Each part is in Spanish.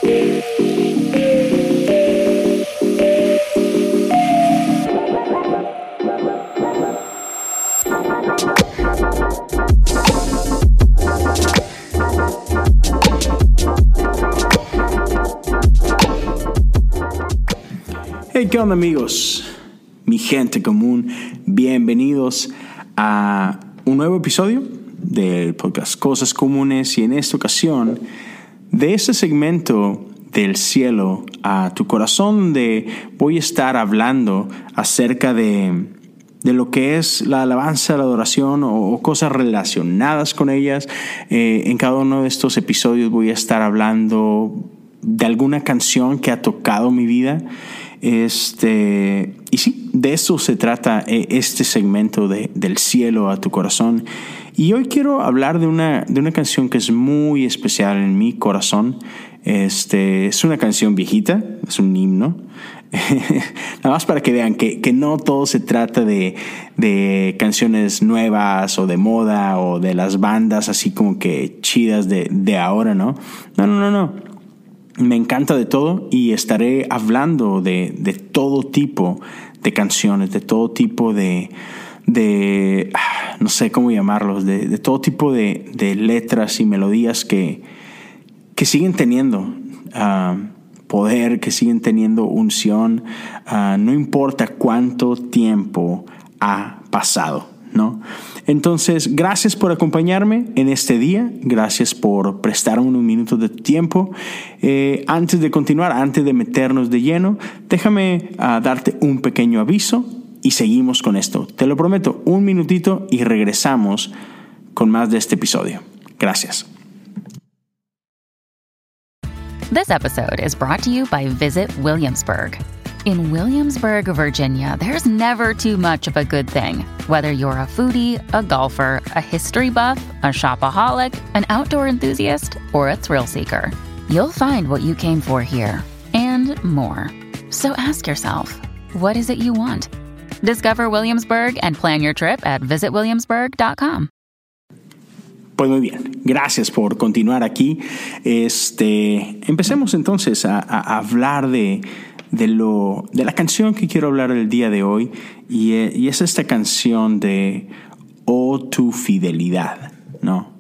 Hey, ¿qué onda, amigos? Mi gente común, bienvenidos a un nuevo episodio del podcast Cosas Comunes, y en esta ocasión de este segmento del cielo a tu corazón, donde voy a estar hablando acerca de lo que es la alabanza, la adoración o cosas relacionadas con ellas. En cada uno de estos episodios voy a estar hablando de alguna canción que ha tocado mi vida. Y sí, de eso se trata este segmento del cielo a tu corazón. Y hoy quiero hablar de una canción que es muy especial en mi corazón. Es una canción viejita, es un himno. Nada más para que vean que no todo se trata de canciones nuevas o de moda o de las bandas así como que chidas de ahora, ¿no? No. Me encanta de todo, y estaré hablando de todo tipo de canciones, de todo tipo de no sé cómo llamarlos, de todo tipo de letras y melodías que siguen teniendo poder, que siguen teniendo unción, no importa cuánto tiempo ha pasado, ¿no? Entonces, gracias por acompañarme en este día. Gracias por prestarme unos minutos de tu tiempo. Antes de continuar, antes de meternos de lleno, déjame darte un pequeño aviso y seguimos con esto. Te lo prometo, un minutito y regresamos con más de este episodio. Gracias. This episode is brought to you by Visit Williamsburg. In Williamsburg, Virginia, there's never too much of a good thing. Whether you're a foodie, a golfer, a history buff, a shopaholic, an outdoor enthusiast, or a thrill seeker, you'll find what you came for here and more. So ask yourself, what is it you want? Discover Williamsburg and plan your trip at visitwilliamsburg.com. Pues muy bien, gracias por continuar aquí. Empecemos entonces a hablar de la canción que quiero hablar el día de hoy, y es esta canción de Oh, tu fidelidad, ¿no?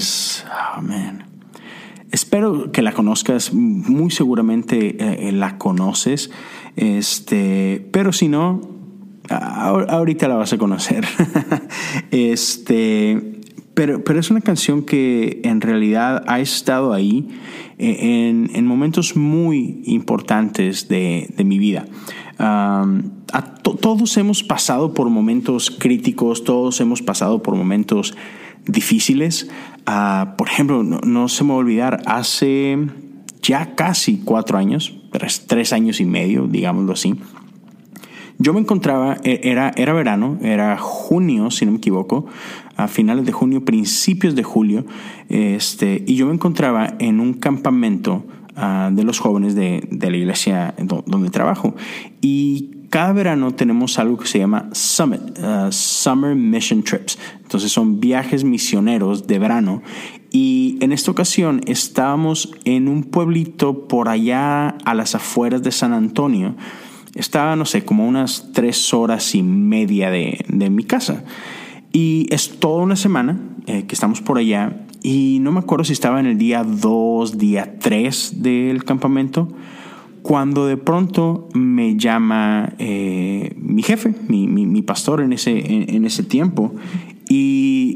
Espero que la conozcas, muy seguramente la conoces, pero si no, ahorita la vas a conocer. Pero es una canción que en realidad ha estado ahí en momentos muy importantes de mi vida. Todos hemos pasado por momentos críticos, todos hemos pasado por momentos difíciles. Por ejemplo, no se me va a olvidar, hace ya casi 4 años, 3 años y medio, digámoslo así. Yo me encontraba, era verano, era junio, si no me equivoco, a finales de junio, principios de julio, y yo me encontraba en un campamento de los jóvenes de la iglesia donde trabajo. Y cada verano tenemos algo que se llama Summit, Summer Mission Trips. Entonces son viajes misioneros de verano. Y en esta ocasión estábamos en un pueblito por allá a las afueras de San Antonio. Estaba, no sé, como unas 3 horas y media de mi casa. Y es toda una semana que estamos por allá. Y no me acuerdo si estaba en el día 2, día 3 del campamento, cuando de pronto me llama mi jefe, mi pastor en ese tiempo. Y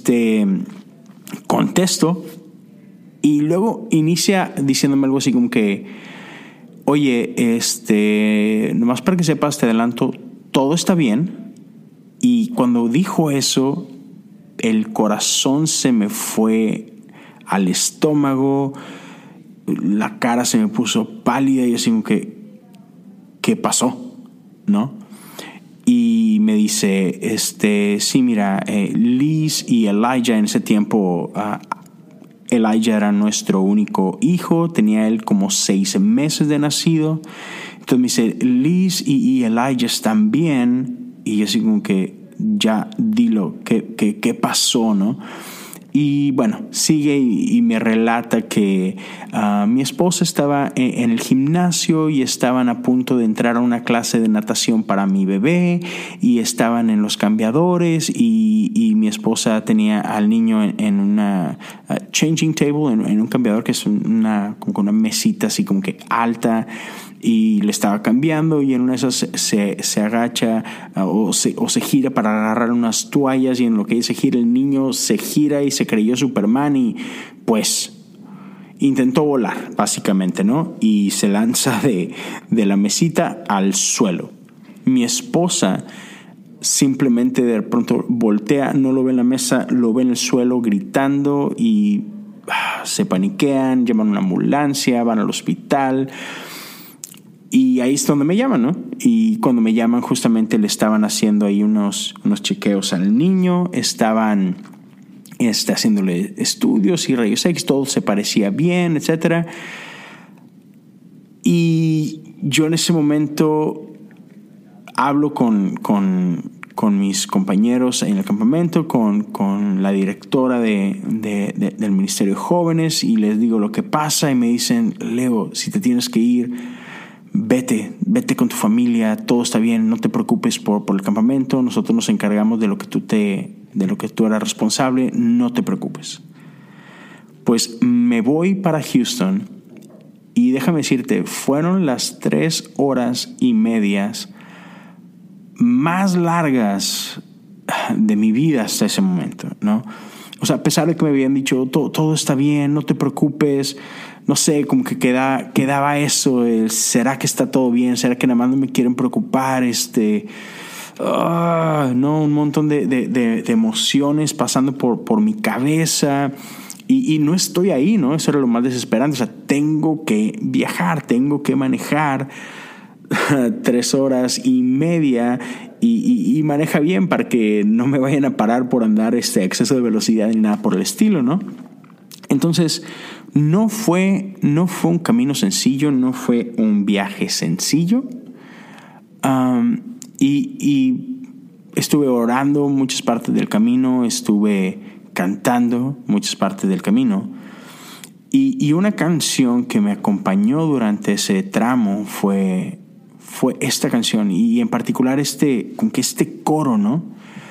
contesto, y luego inicia diciéndome algo así como que: oye, nomás para que sepas, te adelanto, todo está bien. Y cuando dijo eso, el corazón se me fue al estómago, la cara se me puso pálida, y así como que, ¿qué pasó? ¿No? Y me dice, sí, mira, Liz y Elijah en ese tiempo, Elijah era nuestro único hijo, tenía él como 6 meses de nacido. Entonces me dice, Liz y Elijah están bien. Y yo así como que, ya dilo, ¿qué pasó, no? Y bueno, sigue y me relata que mi esposa estaba en el gimnasio y estaban a punto de entrar a una clase de natación para mi bebé y estaban en los cambiadores y mi esposa tenía al niño en una changing table, en un cambiador que es como una mesita así como que alta, y le estaba cambiando y en una de esas se agacha o se gira para agarrar unas toallas, y en lo que ella se gira el niño se gira y se creyó Superman y pues intentó volar básicamente, ¿no? Y se lanza de la mesita al suelo. Mi esposa simplemente de pronto voltea, no lo ve en la mesa, lo ve en el suelo gritando y se paniquean, llaman a una ambulancia, van al hospital. Y ahí es donde me llaman, ¿no? Y cuando me llaman justamente le estaban haciendo ahí unos chequeos al niño, estaban haciéndole estudios y rayos X, todo se parecía bien, etc. Y yo en ese momento hablo con mis compañeros en el campamento, con la directora del Ministerio de Jóvenes, y les digo lo que pasa y me dicen: Leo, si te tienes que ir, vete con tu familia, todo está bien, no te preocupes por el campamento, nosotros nos encargamos de lo que tú eras responsable, no te preocupes. Pues me voy para Houston y déjame decirte, fueron las 3 horas y media más largas de mi vida hasta ese momento, ¿no? O sea, a pesar de que me habían dicho todo está bien, no te preocupes, no sé, como que quedaba eso, ¿será que está todo bien? ¿Será que nada más no me quieren preocupar? No, un montón de emociones pasando por mi cabeza y no estoy ahí, ¿no? Eso era lo más desesperante. O sea, tengo que viajar, tengo que manejar 3 horas y media y maneja bien para que no me vayan a parar por andar exceso de velocidad ni nada por el estilo, ¿no? Entonces, no fue un camino sencillo, no fue un viaje sencillo. Y estuve orando muchas partes del camino, estuve cantando muchas partes del camino. Y una canción que me acompañó durante ese tramo fue esta canción, y en particular con que este coro, ¿no?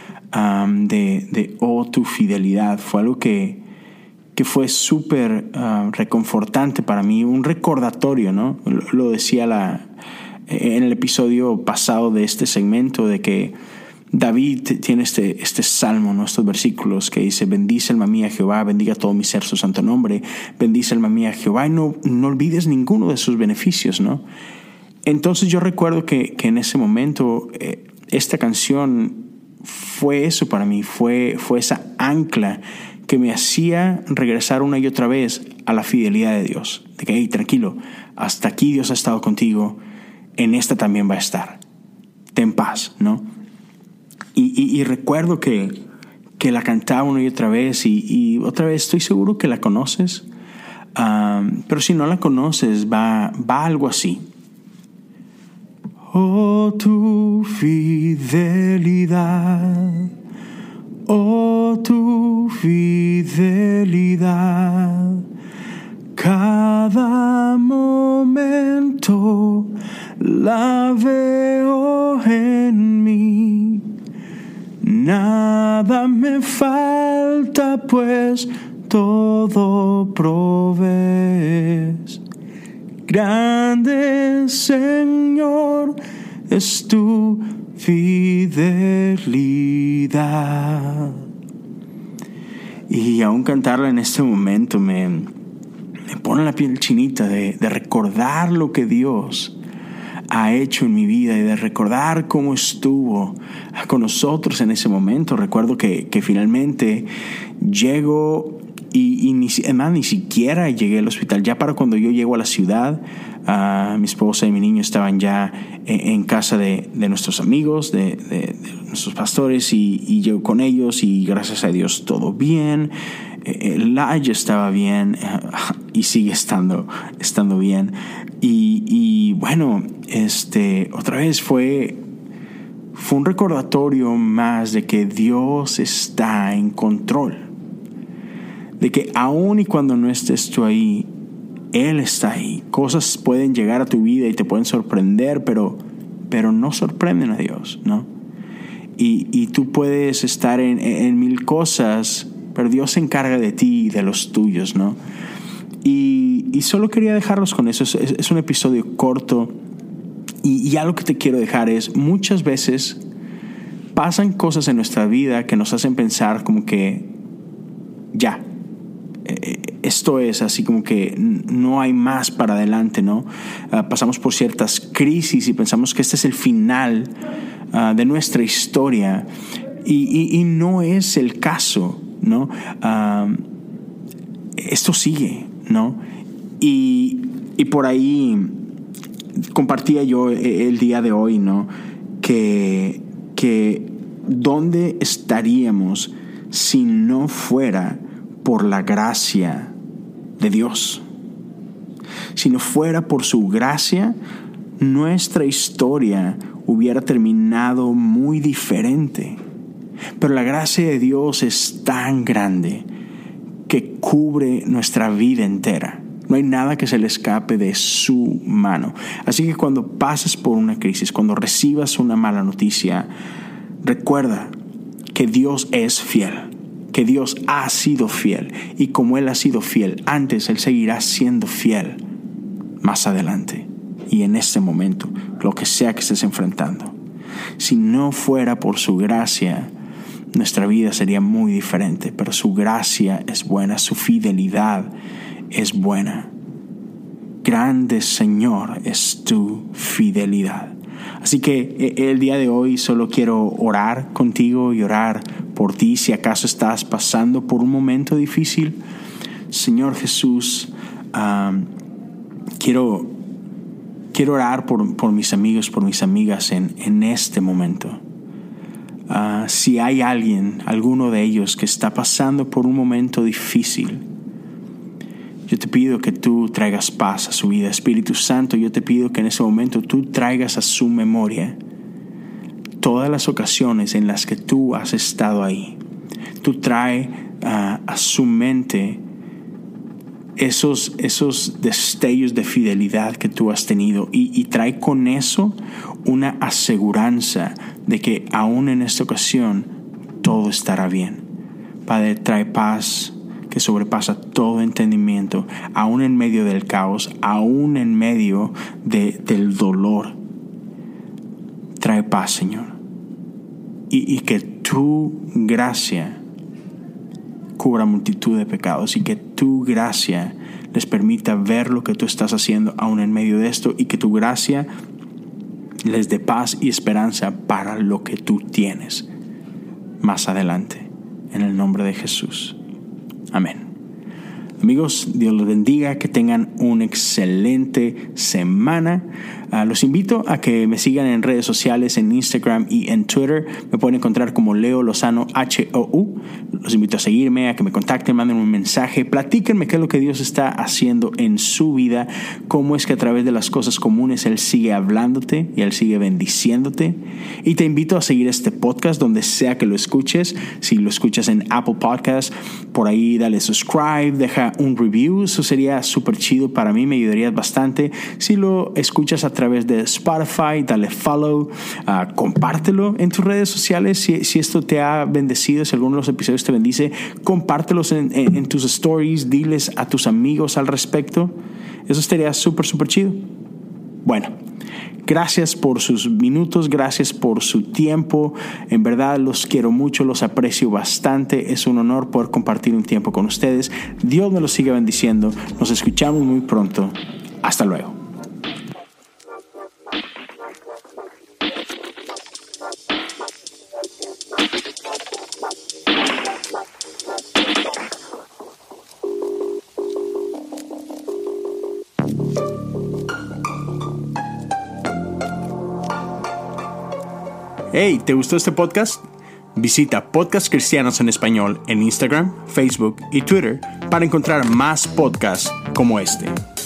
De Oh, tu fidelidad, fue algo que fue súper reconfortante para mí, un recordatorio, ¿no? Lo decía en el episodio pasado de este segmento, de que David tiene este salmo, ¿no? Estos versículos que dice: bendice alma mía Jehová, bendiga todo mi ser su santo nombre, bendice alma mía Jehová y no olvides ninguno de sus beneficios, ¿no? Entonces yo recuerdo que en ese momento esta canción fue eso para mí, fue esa ancla que me hacía regresar una y otra vez a la fidelidad de Dios, de que, hey, tranquilo, hasta aquí Dios ha estado contigo, en esta también va a estar, ten paz, ¿no? Y recuerdo que la cantaba una y otra vez otra vez. Estoy seguro que la conoces, pero si no la conoces va algo así: oh, tu fidelidad, oh, tu fidelidad, cada momento la veo en mí, nada me falta, pues todo provees. Grande, Señor, es tu fidelidad. Y aún cantarla en este momento me pone la piel chinita de recordar lo que Dios ha hecho en mi vida y de recordar cómo estuvo con nosotros en ese momento. Recuerdo que finalmente llego y ni siquiera llegué al hospital. Ya para cuando yo llego a la ciudad, mi esposa y mi niño estaban ya en casa de nuestros amigos, de nuestros pastores, y llego con ellos y gracias a Dios todo bien. Laia estaba bien y sigue estando bien. Y bueno, otra vez fue un recordatorio más de que Dios está en control. de que aun y cuando no estés tú ahí, Él está ahí. Cosas pueden llegar a tu vida y te pueden sorprender, pero no sorprenden a Dios, ¿no? Y tú puedes estar en mil cosas, pero Dios se encarga de ti y de los tuyos, ¿no? Y solo quería dejarlos con eso. Es un episodio corto. Y algo que te quiero dejar es, muchas veces pasan cosas en nuestra vida que nos hacen pensar como que ya, esto es así, como que no hay más para adelante, ¿no? Pasamos por ciertas crisis y pensamos que este es el final de nuestra historia, y no es el caso, ¿no? Esto sigue, ¿no? Y por ahí compartía yo el día de hoy, ¿no? Que ¿dónde estaríamos si no fuera por la gracia de Dios? Si no fuera por su gracia, nuestra historia hubiera terminado muy diferente. Pero la gracia de Dios es tan grande que cubre nuestra vida entera. No hay nada que se le escape de su mano. Así que cuando pases por una crisis, cuando recibas una mala noticia, recuerda que Dios es fiel, que Dios ha sido fiel. Y como Él ha sido fiel antes, Él seguirá siendo fiel más adelante. Y en este momento, lo que sea que estés enfrentando. Si no fuera por su gracia, nuestra vida sería muy diferente. Pero su gracia es buena, su fidelidad es buena. Grande, Señor, es tu fidelidad. Así que el día de hoy solo quiero orar contigo y orar por ti. Si acaso estás pasando por un momento difícil, Señor Jesús, quiero orar por mis amigos, por mis amigas en este momento. Si hay alguno de ellos que está pasando por un momento difícil, yo te pido que tú traigas paz a su vida. Espíritu Santo, yo te pido que en ese momento tú traigas a su memoria todas las ocasiones en las que tú has estado ahí. Tú trae a su mente esos destellos de fidelidad que tú has tenido, y trae con eso una aseguranza de que aún en esta ocasión todo estará bien. Padre, trae paz que sobrepasa todo entendimiento, aún en medio del caos, aún en medio del dolor. Trae paz, Señor, y que tu gracia cubra multitud de pecados, y que tu gracia les permita ver lo que tú estás haciendo aún en medio de esto, y que tu gracia les dé paz y esperanza para lo que tú tienes más adelante. En el nombre de Jesús. Amén. Amigos, Dios los bendiga, que tengan una excelente semana. Los invito a que me sigan en redes sociales, en Instagram y en Twitter. Me pueden encontrar como Leo Lozano HOU. Los invito a seguirme, a que me contacten, manden un mensaje, platíquenme qué es lo que Dios está haciendo en su vida, cómo es que a través de las cosas comunes Él sigue hablándote y Él sigue bendiciéndote. Y te invito a seguir este podcast donde sea que lo escuches. Si lo escuchas en Apple Podcasts, por ahí dale subscribe, deja un review. Eso sería súper chido para mí, me ayudaría bastante. Si lo escuchas a través de Spotify, dale follow, compártelo en tus redes sociales si esto te ha bendecido, si alguno de los episodios te bendice, compártelos en tus stories, diles a tus amigos al respecto. Eso estaría súper chido. Bueno, gracias por sus minutos, gracias por su tiempo. En verdad los quiero mucho, los aprecio bastante. Es un honor poder compartir un tiempo con ustedes. Dios me los siga bendiciendo. Nos escuchamos muy pronto. Hasta luego. Hey, ¿te gustó este podcast? Visita Podcast Cristianos en Español en Instagram, Facebook y Twitter para encontrar más podcasts como este.